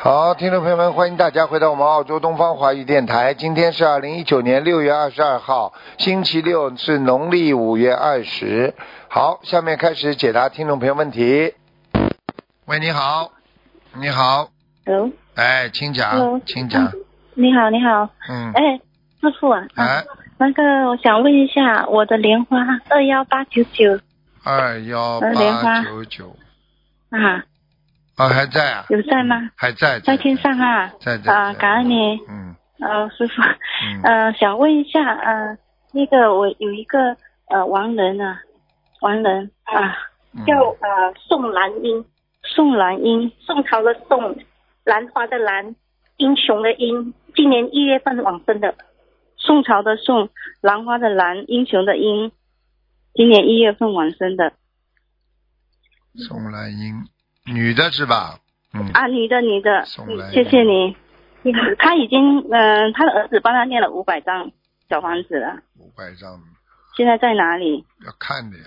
好，听众朋友们，欢迎大家回到我们澳洲东方华语电台。今天是2019年6月22号，星期六，是农历5月20。好，下面开始解答听众朋友问题。喂，你好，你好。 Hello。 哎，请讲。 Hello。 请讲。 你好，你好。哎，师傅啊。 哎。 那个，我想问一下，我的莲花21899。 21899。 啊。 还在啊？ 有在吗？ 还在。 在天上啊。 在。 感恩你。师傅。想问一下，那个我有一个亡人啊，叫宋兰英，宋朝的宋，兰花的兰，英雄的英，今年1月份往生的。宋朝的宋，兰花的兰，英雄的英，今年1月份往生的。 宋兰英，女的是吧？ 女的。 宋兰英， 谢谢你。他已经他的儿子帮他念了500张小房子了。 500张。 现在在哪里？ 要看的呀。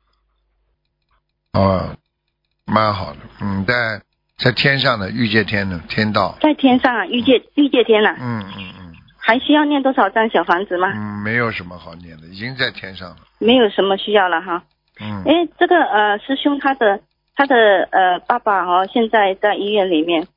蛮好的。在天上的御界天的天道。 在天上啊，御界天啊。还需要念多少张小房子吗？ 没有什么好念的，已经在天上了。 没有什么需要了哈。这个师兄他的爸爸现在在医院里面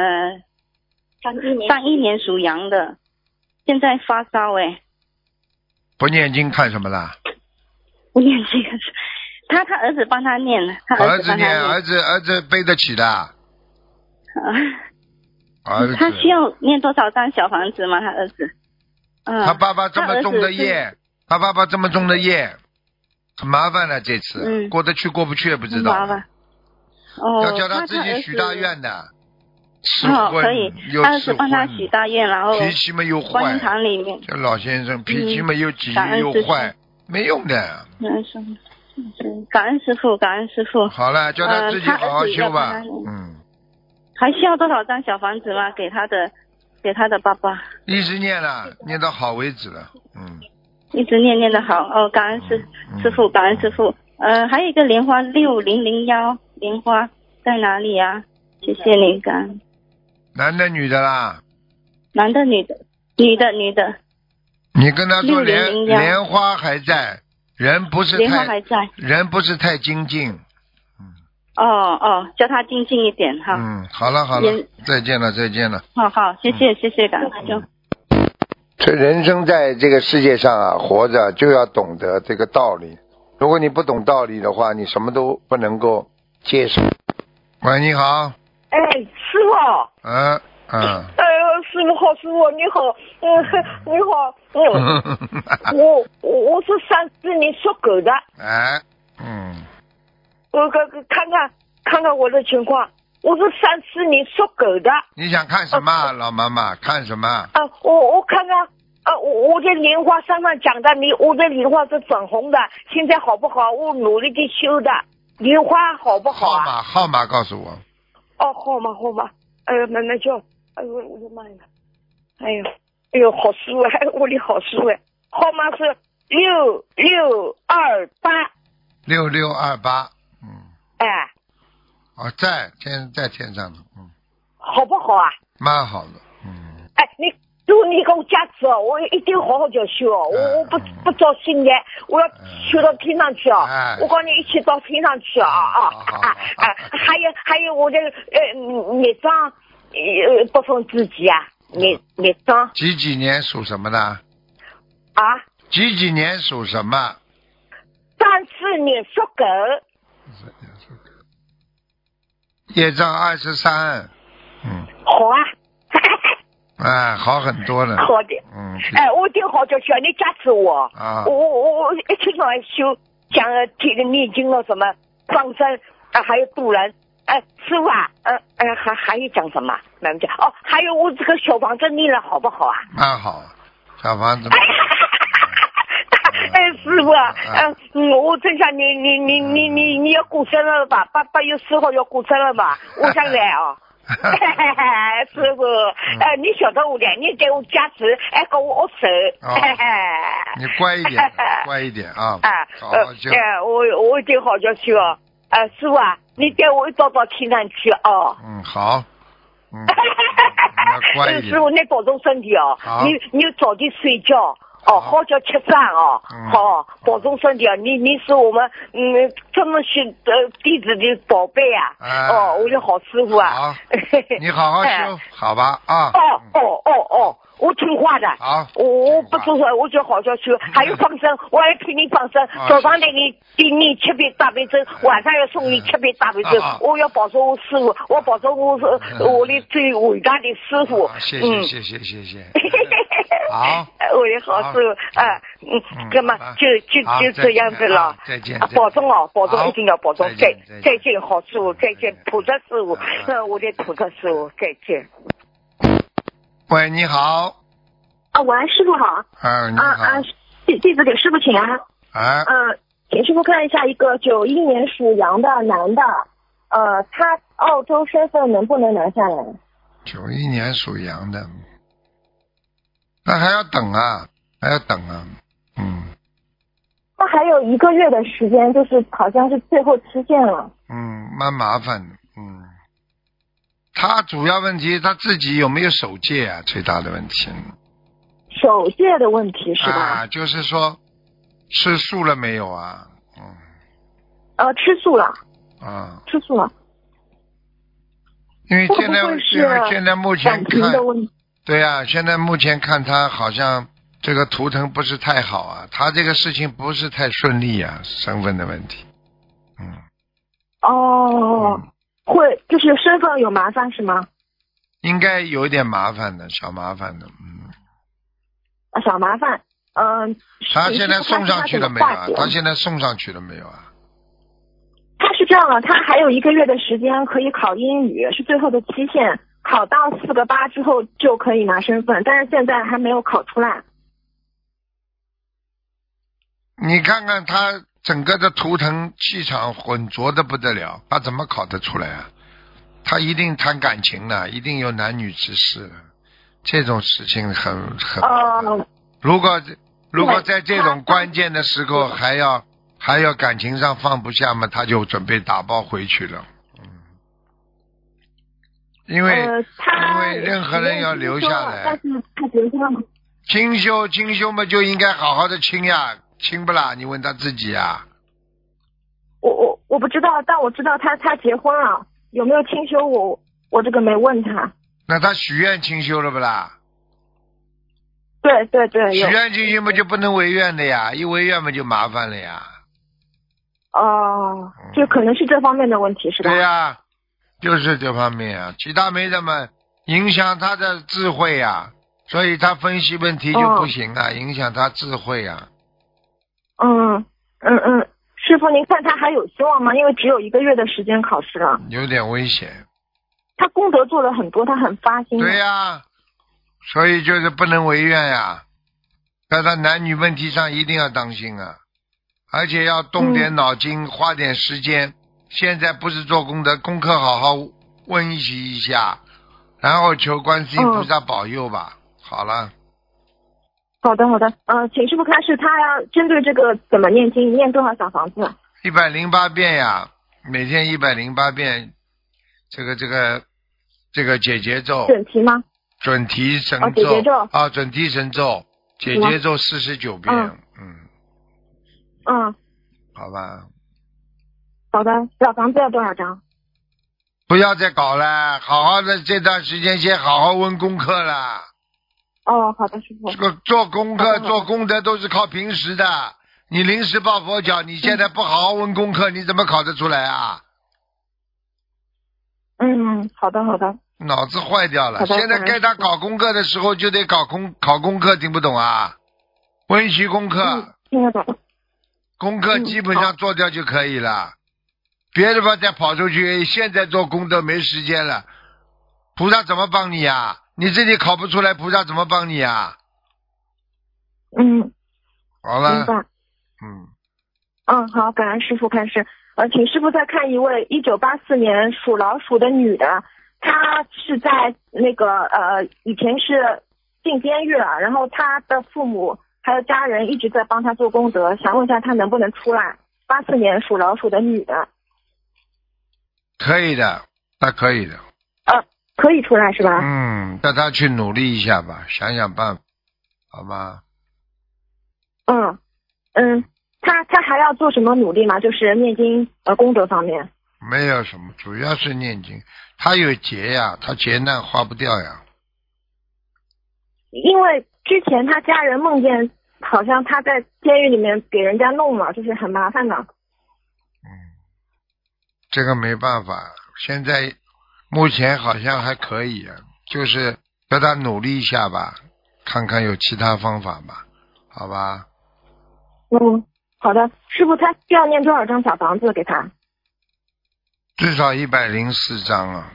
31年属羊的，现在发烧不念经看什么啦？ 不念经，他儿子帮他念了， 儿子念，儿子背得起的。 他需要念多少张小房子吗？他儿子？ 他爸爸这么重的业，很麻烦了这次。过得去过不去也不知道。 麻烦。 要叫他自己许大愿的。 可以。他儿子帮他许大愿，然后脾气嘛又坏。 观音堂里面。 这老先生脾气嘛又急又坏，没用的。 感恩师父，感恩师父。 好了，叫他自己好好修吧。 还需要多少张小房子吗？给他的爸爸。 一直念了，念到好为止了。 一直念得好。感恩师父，感恩师父。还有一个莲花6001莲花在哪里啊？谢谢你，感恩。 男的女的啦？ 男的女的？女的。 你跟他说莲花还在，人不是太精进。 叫他精进一点哈。 好了，再见了。 好，谢谢，感恩师兄。 这人生在这个世界上活着就要懂得这个道理。如果你不懂道理的话，你什么都不能够接受。喂，你好。 师傅。师傅好，师傅你好。你好。我是34年属狗的。我看看我的情况，我是34年属狗的。 你想看什么，老妈妈？看什么？ 我看看我的莲花上讲的，我的莲花是粉红的，现在好不好？我努力的修的，莲花好不好啊？ 号码告诉我。 号码。那叫，我的妈呀！哎呦，好书我的好书号码是6628。 6628。在天上的。 好不好啊？ 蛮好的。 如果你给我加持我一定好好的修我不着心的，我要修到天上去我跟你一起到天上去还有我的孽障不分自己孽障。 几年属什么的？几年属什么 ？34年属狗。 业障23。 好好很多了。 好的。我一定好叫你加持我。我一直在修，讲念经了什么放生还有渡人。师傅还有讲什么？还有我这个小房子念了好不好啊？ 蛮好，小房子。 师傅我正想你要过生了吧？8月4号要过生了吧？我想来师傅你晓得我的，你给我加持给我握手。 你乖一点好好修。 我一定好好修师傅你带我一道到天上去好， 乖一点。 师傅，你保重身体哦。 好。 你早点睡觉。好叫吃饭哦。好，保重身体啊！你是我们这么些弟子的宝贝啊！我的好师傅啊！ 好，你好好修，好吧啊！ 我听话的。 好， 我不做错，我就好好修。还有放生，我要替你放生。早上给你7遍大悲咒，晚上要送你7遍大悲咒。我要保重我师傅，我保重我的最伟大的师傅。 谢谢。好， 我的好师傅干嘛就这样子了。 再见。 保重哦，保重，一定要保重。再见，好师傅，再见，菩萨师傅，我的菩萨师傅，再见。 喂，你好。 喂，师傅好。 你好。 弟子给师傅请安。请师傅看一下一个91年属羊的男的，他澳洲身份能不能拿下来 ？91年属羊的，那还要等啊。 他还有1个月的时间，就是好像是最后期限了。 蛮麻烦的。他主要问题他自己有没有守戒啊？最大的问题。 守戒的问题是吧？ 就是说吃素了没有啊？ 吃素了。吃素了。 因为现在目前看，对啊，现在目前看他好像这个图腾不是太好啊，他这个事情不是太顺利啊，身份的问题。 会就是身份有麻烦是吗？ 应该有一点麻烦的，小麻烦的。 小麻烦。 他现在送上去了没有啊？他现在送上去了没有啊？ 他是这样的，他还有1个月的时间可以考英语，是最后的期限，考到4个8之后就可以拿身份，但是现在还没有考出来。 你看看他整个的图腾气场混浊的不得了，他怎么考得出来啊？他一定谈感情了，一定有男女之事了，这种事情很如果在这种关键的时候还要感情上放不下嘛，他就准备打包回去了。因为任何人要留下来。 但是他结婚了。 清修嘛，就应该好好的清呀，清不啦？你问他自己啊。 我不知道，但我知道他结婚了，有没有清修我这个没问他。 那他许愿清修了不啦？ 对。 许愿清修嘛就不能违愿的呀，一违愿嘛就麻烦了呀。 就可能是这方面的问题是吧？ 对呀，就是这方面啊，其他没什么，影响他的智慧啊，所以他分析问题就不行啊，影响他智慧啊。 师傅您看他还有希望吗？因为只有1个月的时间考试了。 有点危险。 他功德做了很多，他很发心。 对呀，所以就是不能违愿呀，在他男女问题上一定要当心啊，而且要动点脑筋，花点时间。现在不是做功德，功课好好温习一下，然后求观世音菩萨保佑吧。好了。 好的。请师傅开示，他要针对这个怎么念经，念多少小房子 ？108遍呀，每天108遍。这个解结咒。 准提吗？ 准提神咒。 解结咒。 准提神咒，解结咒49遍。好吧。 好的，小房子要多少张？ 不要再搞了，好好的这段时间先好好温功课了。 好的，师傅。 这个做功课做功德都是靠平时的，你临时抱佛脚，你现在不好好温功课，你怎么考得出来啊？ 好的。 脑子坏掉了，现在该他搞功课的时候就得考功课，听不懂啊？温习功课。 听得懂。 功课基本上做掉就可以了，别的吧再跑出去，现在做功德没时间了，菩萨怎么帮你啊？你自己考不出来，菩萨怎么帮你啊？好了。 明白。好，感恩师傅开示。请师傅再看一位1984年属老鼠的女的，她是在那个以前是进监狱了，然后她的父母还有家人一直在帮她做功德，想问一下她能不能出来？84年属老鼠的女的。 可以的，那可以的。 可以出来是吧？ 叫他去努力一下吧，想想办法，好吗？ 他还要做什么努力吗？就是念经功德方面。 没有什么，主要是念经。他有劫呀，他劫难花不掉呀。 因为之前他家人梦见，好像他在监狱里面给人家弄了，就是很麻烦的。 这个没办法，现在目前好像还可以，就是叫他努力一下吧，看看有其他方法吧，好吧？ 好的，师傅，他需要念多少张小房子给他？ 至少104张啊。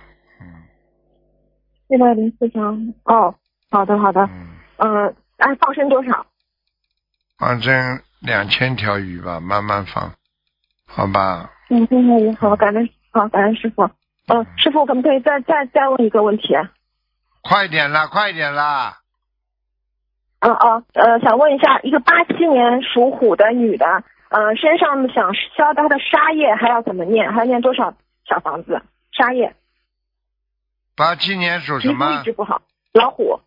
104张。哦，好的。放生多少？ 放生2000条鱼吧，慢慢放，好吧 ？2000条鱼，好，感恩师傅。师傅，可不可以再问一个问题？ 快点啦！ 想问一下，一个87年属虎的女的，身上想消她的杀业，还要怎么念？还要念多少小房子？杀业。 87年属什么？ 皮肤一直不好，老虎。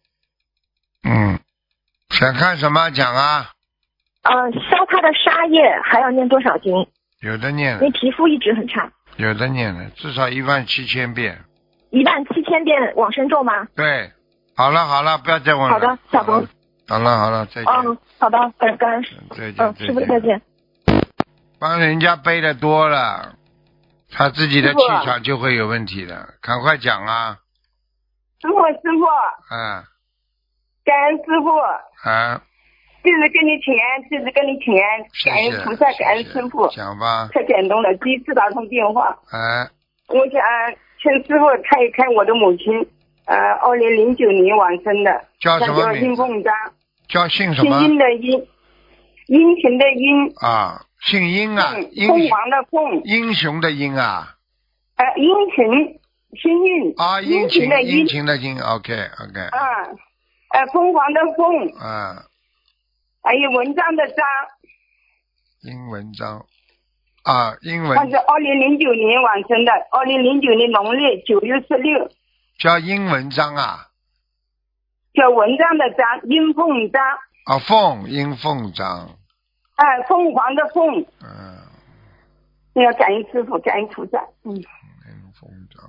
想看什么讲啊？ 消她的杀业还要念多少经？ 有的念了。 因为皮肤一直很差。 有的念了，至少17000遍。 17000遍往生咒吗？ 对。好了，不要再问了。 好的，小冯。 好了，再见。 好的，感恩。 再见。 师傅再见。 帮人家背的多了，他自己的气场就会有问题的，赶快讲啊！ 师傅。感恩师傅。弟子跟你请安，感恩菩萨，感恩师傅。 讲吧。 太感动了，第一次打通电话。我想请师傅看一看我的母亲，2009年往生的， 叫什么名字？ 叫殷凤章。 叫姓什么？ 姓殷的殷，殷勤的殷。 姓殷啊。 凤凰的凤。 英雄的英啊。 殷勤，幸运。 殷勤的殷。OK。 凤凰的凤。还有文章的章。 殷文章。 他是2009年往生的，2009年农历9月16。 叫殷文章啊。 叫文章的章，殷凤章。 殷凤章。 凤凰的凤。要感恩师傅，感恩菩萨。 殷凤章。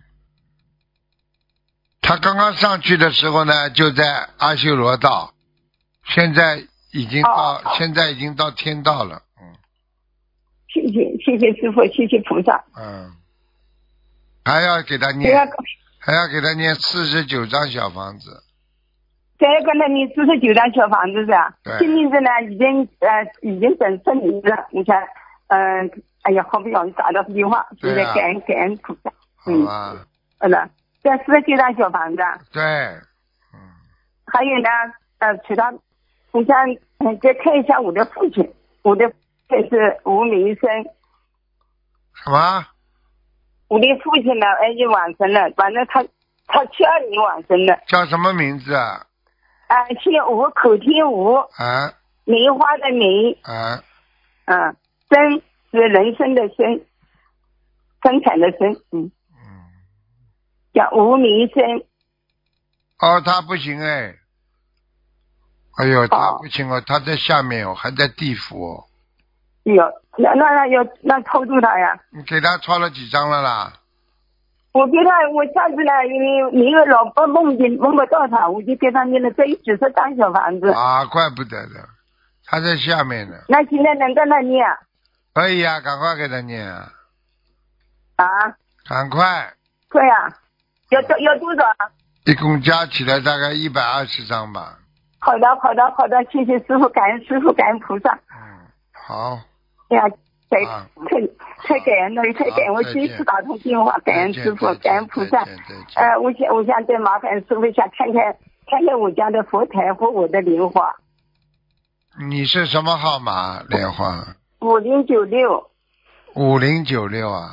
他刚刚上去的时候呢，就在阿修罗道，现在已经到天道了。 谢谢师傅，谢谢菩萨。 还要给他念49张小房子。 再要跟他念49张小房子是吧？新名字呢已经整成名字了。你看，好不容易打到电话，现在感恩菩萨。 好吧。 这49张小房子。 对。 还有呢，其他，我想再看一下我的父亲，这是吴明生。 什么？ 我的父亲呢，已经往生了，反正他72年往生的。 叫什么名字啊？ 姓吴，口天吴。梅花的梅。生是人生的生，生产的生。叫吴明生。 他不行他不行他在下面还在地府那超度他呀。 你给他抄了几张了啦？ 我下次呢，因为那个老婆梦不到他，我就给他念了这90张小房子。 怪不得的，他在下面呢。 那现在能跟他念？ 可以啊，赶快给他念啊！赶快。 对呀。要多少？ 一共加起来大概120张吧。 好的，谢谢师傅，感恩师傅，感恩菩萨。 好。 太感恩了，太感恩！我第一次打通电话，感恩师傅，感恩菩萨。我想再麻烦师傅一下，看看我家的佛台和我的莲花。 你是什么号码？莲花 ？5096。 5096啊。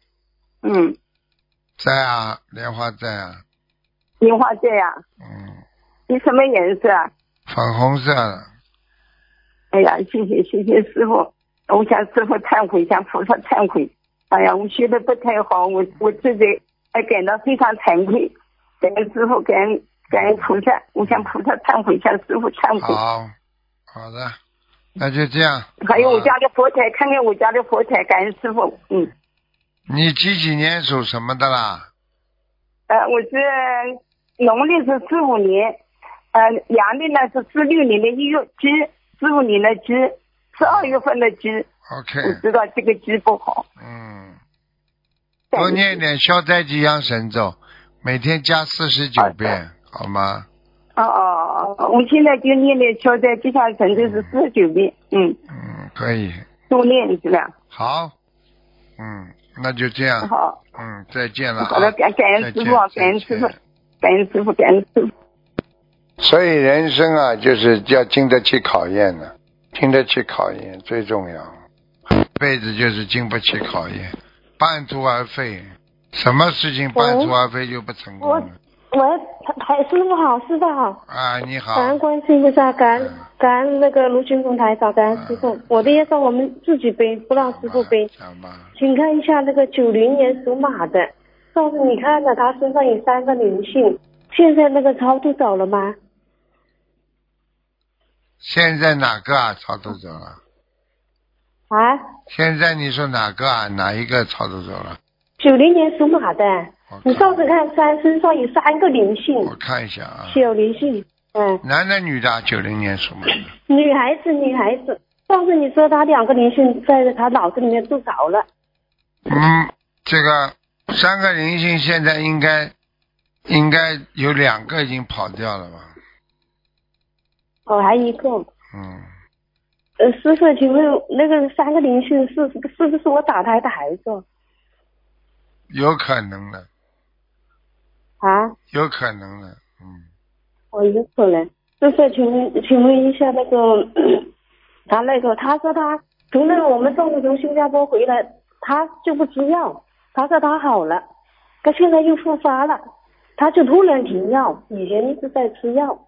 在啊，莲花在啊。 莲花在啊。你什么颜色啊？ 粉红色的。 哎呀，谢谢师傅，我向师傅忏悔，向菩萨忏悔。哎呀，我学的不太好，我自己感到非常惭愧，感恩师傅，感恩菩萨，我向菩萨忏悔，向师傅忏悔。 好的，那就这样。 还有我家的佛台，看看我家的佛台，感恩师傅。 你几年属什么的啦？ 我是农历是45年，阳历呢是46年的1月鸡，45年的鸡，12月份的鸡。 OK。 我知道这个鸡不好。 多念点消灾吉祥神咒，每天加49遍，好吗？ 我现在就念的消灾吉祥神咒是49遍。 可以。 多念是吧？ 好。那就这样。 好。 再见了。 好的，感恩师傅，感恩师傅，感恩师傅，感恩师傅。 所以人生啊，就是要经得起考验的，经得起考验最重要。一辈子就是经不起考验，半途而废。什么事情半途而废就不成功了？ 喂，师傅好，师傅好。 你好。 感恩观世音菩萨，感恩那个卢军总台长，感恩师傅。我的业障我们自己背，不让师傅背。请看一下那个90年属马的，上次你看了他身上有3个灵性，现在那个超度走了吗？ 现在哪个超度走了？现在你说哪个哪一个超度走了 ？90年属马的，你上次看身上有3个灵性。 我看一下小灵性。 男的女的90年属马的？ 女孩子。上次你说他2个灵性在他脑子里面住着了。 这个3个灵性现在应该有2个已经跑掉了吧？ 还一个。师傅，请问那个3个灵性是不是我打胎的孩子？ 有可能的。有可能的。 有可能。师傅，请问一下那个他说他从那个我们上次从新加坡回来，他就不吃药，他说他好了，他现在又复发了，他就突然停药，以前一直在吃药。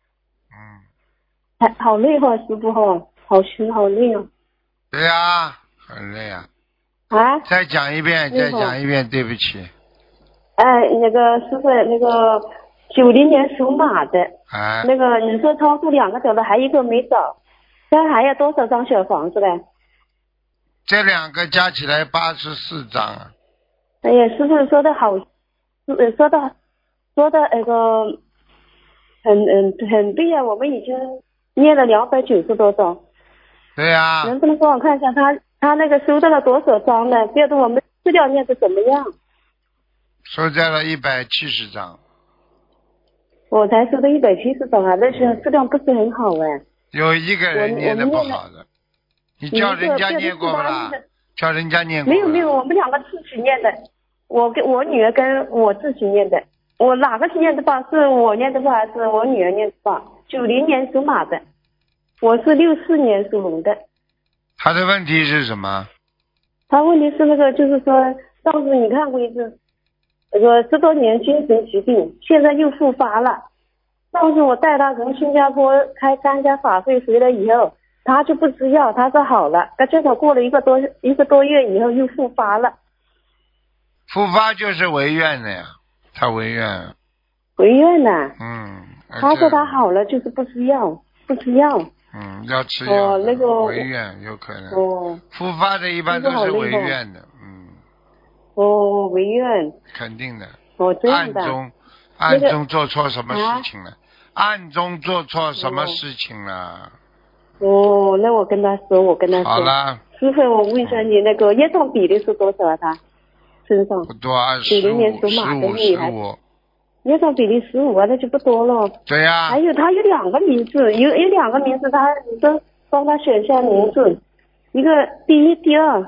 好累哦，师傅好辛好累哦。 对呀，很累啊。再讲一遍，对不起。 那个师傅，那个90年属马的，那个你说超出2个走了，还一个没走，现在还要多少张小房子呢？ 这2个加起来84张啊。 哎呀，师傅说的好，说的那个很对啊，我们已经念了290多张。 对呀。 能不能帮我看一下他那个收到了多少张呢？觉得我们资料念的怎么样？ 收在了170张。 我才收到170张啊，那是质量不是很好有一个人念的不好的，你叫人家念过不啦？叫人家念过。 没有，我们2个自己念的，我女儿跟我自己念的。我哪个是念的吧？是我念的吧，还是我女儿念的吧？90年属马的，我是64年属龙的。 他的问题是什么？ 他问题是那个，就是说上次你看过一次，那个10多年精神疾病，现在又复发了。上次我带他从新加坡开3家法会回来以后，他就不吃药，他说好了，他结果过了一个多月以后又复发了。 复发就是违愿的呀，他违愿。 违愿呐。他说他好了，就是不吃药。 要吃药。 那个违愿有可能。复发的一般都是违愿的。 违愿。 肯定的。 这样的。 暗中做错什么事情了？暗中做错什么事情了？ 那我跟他说。 好了。 师傅，我问一下你那个业障比例是多少啊？他身上不多 ，90年属马的女孩 ，15。 业障比例15啊，那就不多了。 对呀。 还有他有2个名字，有2个名字，你说帮他选一下名字，一个第1、第2，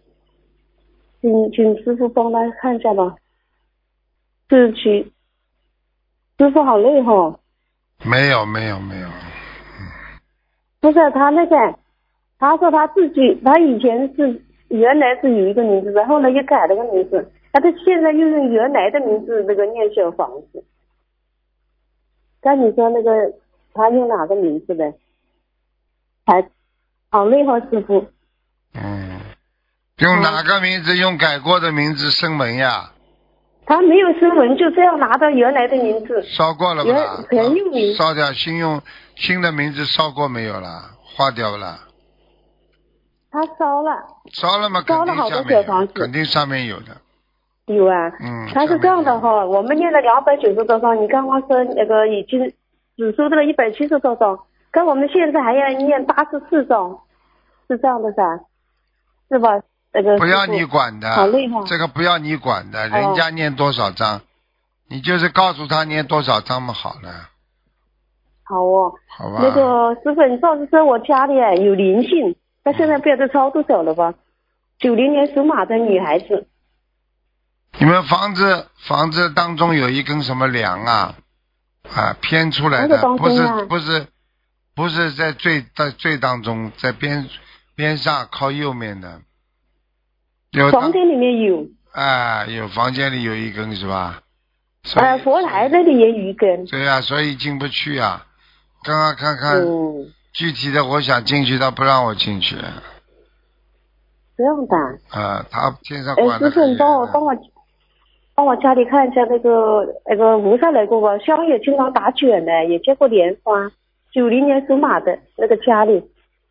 请师傅帮他看一下吧。师傅好累哦。 没有。 不是他那个，他说他自己，他以前原来是有一个名字的，后来又改了个名字，他现在又用原来的名字那个念小房子。那你说那个他用哪个名字的？好累哦，师傅。 用哪个名字？用改过的名字声纹呀。 他没有声纹，就这样拿到原来的名字。 烧过了吧？ 很有名。 烧掉新的名字烧过没有了？划掉了。 他烧了。 烧了吗？ 烧了好多小房子。 肯定上面有的。 有啊。他是这样的哈，我们念了290多张，你刚刚说那个已经只收到了170多张，跟我们现在还要念84张，是这样的噻，是吧？那个不要你管的， 好累哈。 这个不要你管的，人家念多少张，你就是告诉他念多少张嘛，好了。 好哦。 好吧。 那个师傅，你上次说我家里有灵性，他现在不知道超多少了吧？90年属马的女孩子。 你们房子当中有一根什么梁啊？偏出来的，不是在最当中，在边上靠右面的。 房间里面有。 有房间里有一根是吧？ 佛台那里也有一根。 对啊，所以进不去啊。刚刚看具体的，我想进去，他不让我进去。 这样的。 他天上管的。 师傅，你帮我家里看一下那个菩萨来过吧，香也经常打卷的，也结过莲花。90年属马的那个家里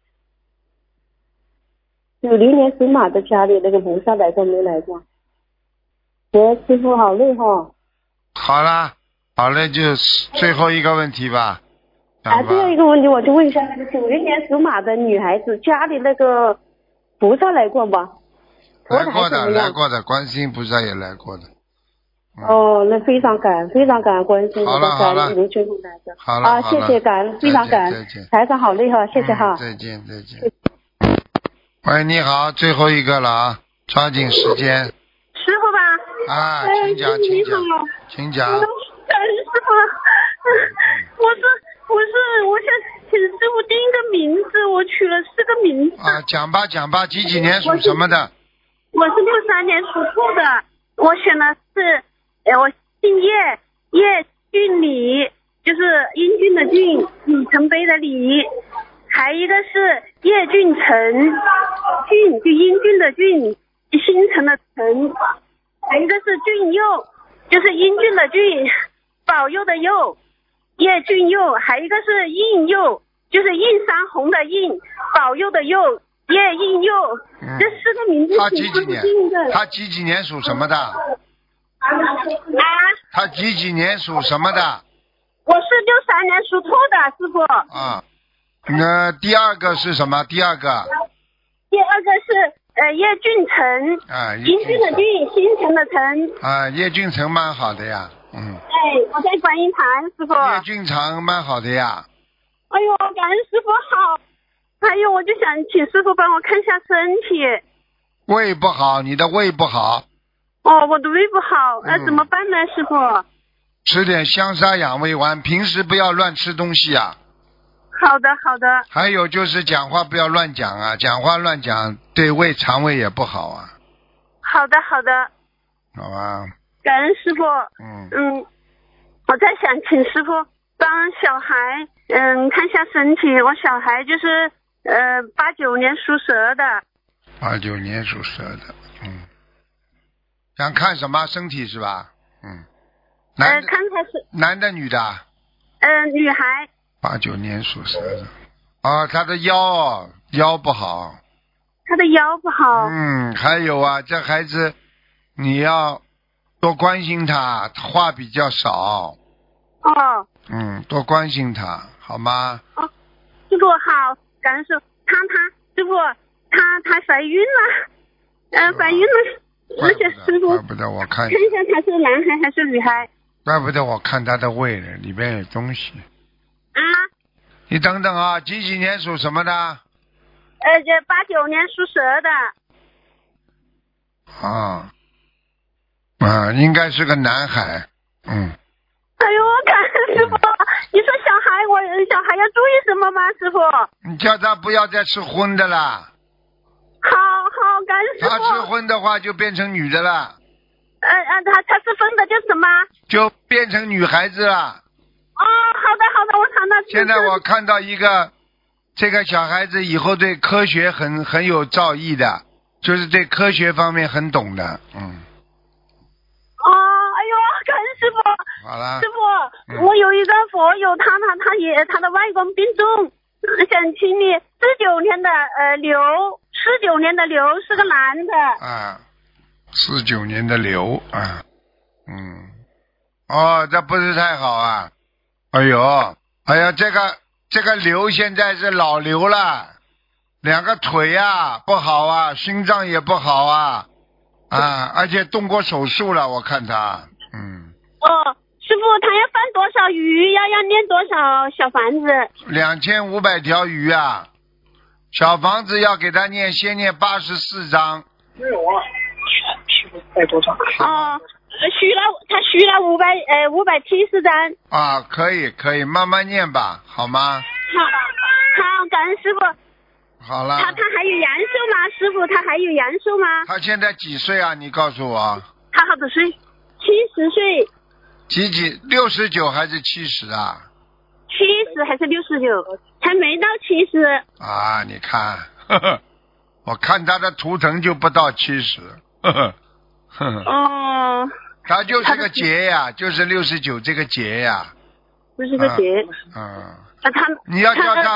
，90年属马的家里那个菩萨来过没来过？师傅好累哈。 好了，就最后一个问题吧。 最后一个问题我就问一下，那个90年属马的女孩子家里那个菩萨来过吗？ 来过的，观世音菩萨也来过的。 那非常感恩观世音菩萨，感恩卢军红台长。 好了， 谢谢，感恩，非常感恩。台长好累哈，谢谢哈。 再见。喂，你好，最后一个了啊，抓紧时间。 师傅吧。 请讲。 师傅，我想请师傅定一个名字，我取了4个名字。 讲吧，几年属什么的？ 我是63年属兔的，我选的是我姓叶俊礼，就是英俊的俊，里程碑的里，还一个是叶俊成，俊就英俊的俊，星辰的辰，还一个是俊佑，就是英俊的俊，保佑的佑，叶俊佑，还一个是应佑，就是映山红的映，保佑的佑，叶应佑。这4个名字他几几年属什么的？他几年属什么的？ 我是63年属兔的，师傅。 那第二个是什么？第二个是叶俊成，英俊的俊，星辰的辰。 叶俊成蛮好的呀。 我在观音堂，师傅。 叶俊成蛮好的呀。 哎呦，感恩师傅好。还有，我就想请师傅帮我看一下身体。 胃不好，你的胃不好。 我的胃不好，怎么办呢，师傅？ 吃点香砂养胃丸，平时不要乱吃东西啊。 好的。 还有就是讲话不要乱讲啊，讲话乱讲对肠胃也不好啊。 好的。 好吧。 感恩师傅。我在想请师傅帮小孩看一下身体，我小孩就是89年属蛇的。 89年属蛇的。想看什么身体是吧？ 看他是男的女的？ 女孩。 89年属蛇的。他的腰不好。 他的腰不好。 还有啊，这孩子你要多关心他，话比较少。多关心他，好吗？ 师傅好，感恩师傅。师傅她怀孕了，怀孕了。而且师傅， 怪不得我看一下他是男孩还是女孩？ 怪不得我看他的胃了，里面有东西。你等等啊，几年属什么的 ？89年属蛇的。应该是个男孩。 哎呦，感恩师傅！你说小孩要注意什么吗，师傅？ 你叫他不要再吃荤的啦。 好，感恩师傅。 他吃荤的话就变成女的了。 他吃荤的就什么？ 就变成女孩子了。 好的，我尝到。 现在我看到这个小孩子以后对科学很有造诣的，就是对科学方面很懂的。 哎好了。 师傅，我有一个佛友，他的外公病重，想请你19年的19年的牛是个男的。 啊，49年的牛啊，哦，这不是太好啊。哎呀，这个瘤现在是老瘤了，2个腿啊不好啊，心脏也不好啊，而且动过手术了，我看他， 哦，师傅，他要放多少鱼？要念多少小房子 ？2500条鱼啊，小房子要给他先念84章。 没有啊，许多少？ 哦。他许了570张啊，可以，慢慢念吧，好吗？ 好，感恩师傅。 好了。 他还有阳寿吗？师傅，他还有阳寿吗？ 他现在几岁啊？你告诉我。 他好多岁？70岁。 几69还是70啊 ？70还是69？还没到70。 啊，你看，我看他的图腾就不到70， 哦。 他就是个劫呀，就是69这个劫呀。 不是个劫。 你要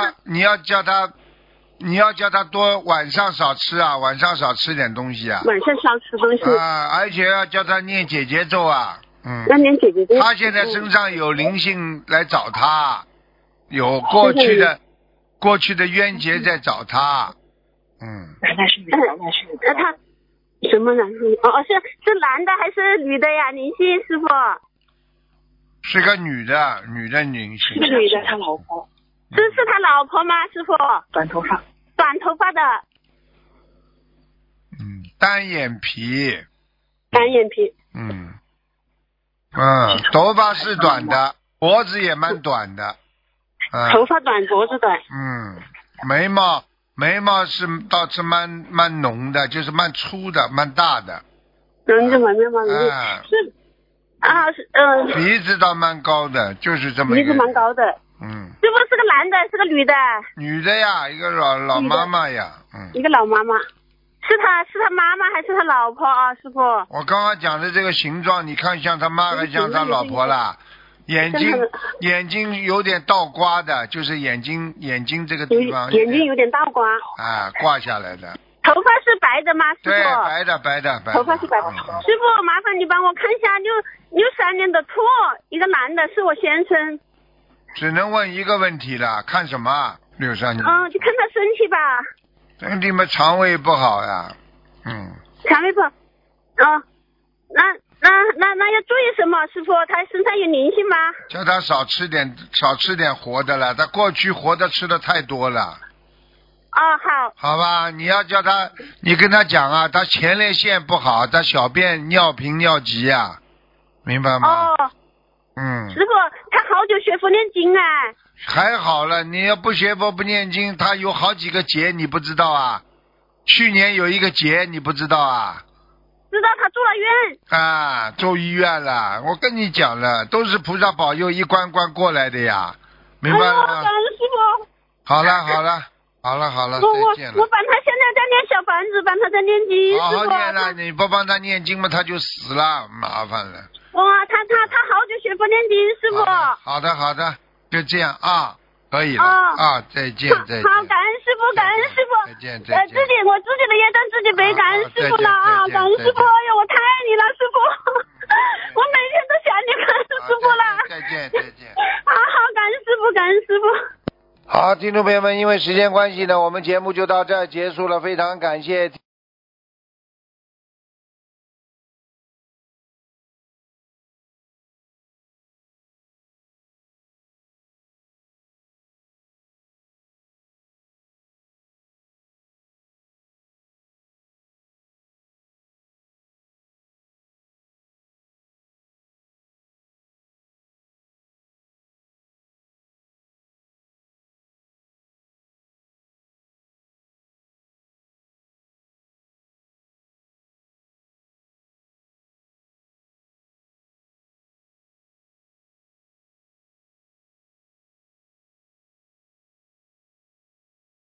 叫他多晚上少吃啊，晚上少吃点东西啊。 晚上少吃东西。 而且要叫他念姐姐咒啊。 要念姐姐咒。 他现在身上有灵性来找他，有过去的冤结在找他。 男的是女的？ 他。什么男性？是男的还是女的呀？灵性师傅。 是个女的灵性。 是女的，他老婆。 这是他老婆吗？师傅。 短头发的。 单眼皮。头发是短的，脖子也蛮短的。 头发短，脖子短。 眉毛倒是蛮浓的，就是蛮粗的，蛮大的。鼻子倒蛮高的，就是这么一个。 鼻子蛮高的。师傅是个男的，是个女的？ 女的呀，一个老妈妈呀。 一个老妈妈。是他妈妈还是他老婆啊，师傅？ 我刚刚讲的这个形状，你看像他妈还像他老婆啦？眼睛有点倒刮的，就是眼睛这个地方。 眼睛有点倒刮。 挂下来的。 头发是白的吗，师傅？ 对，白的。 头发是白的。师傅，麻烦你帮我看一下63年的兔，一个男的，是我先生。 只能问一个问题了，看什么？63年。 就看他身体吧。 身体嘛，肠胃不好呀。 肠胃不好。那要注意什么，师傅？他身上有灵性吗？ 叫他少吃点活的了，他过去活的吃的太多了。 好。 好吧，你要叫他，你跟他讲啊，他前列腺不好，他小便尿频尿急啊，明白吗？ 师傅，他好久学佛念经啊。 还好了，你要不学佛不念经，他有好几个劫，你不知道啊？去年有一个劫，你不知道啊？ 知道，他住了院。 住医院了。我跟你讲了，都是菩萨保佑，一关关过来的呀，明白了吗？ 感恩师傅。 好了，再见了。 我帮他现在在念小房子，帮他在念经。 好好念了，你不帮他念经嘛，他就死了，麻烦了。 哇，他好久学佛念经，师傅。 好的，就这样啊，可以了。再见。好， 感恩师傅，感恩师傅。 再见。 我自己的业障自己背，感恩师傅了啊，感恩师傅，哎呀，我太爱你了，师傅，我每天都想你，感恩师傅了。 再见。 好，感恩师傅。 好，听众朋友们，因为时间关系呢，我们节目就到这儿结束了，非常感谢。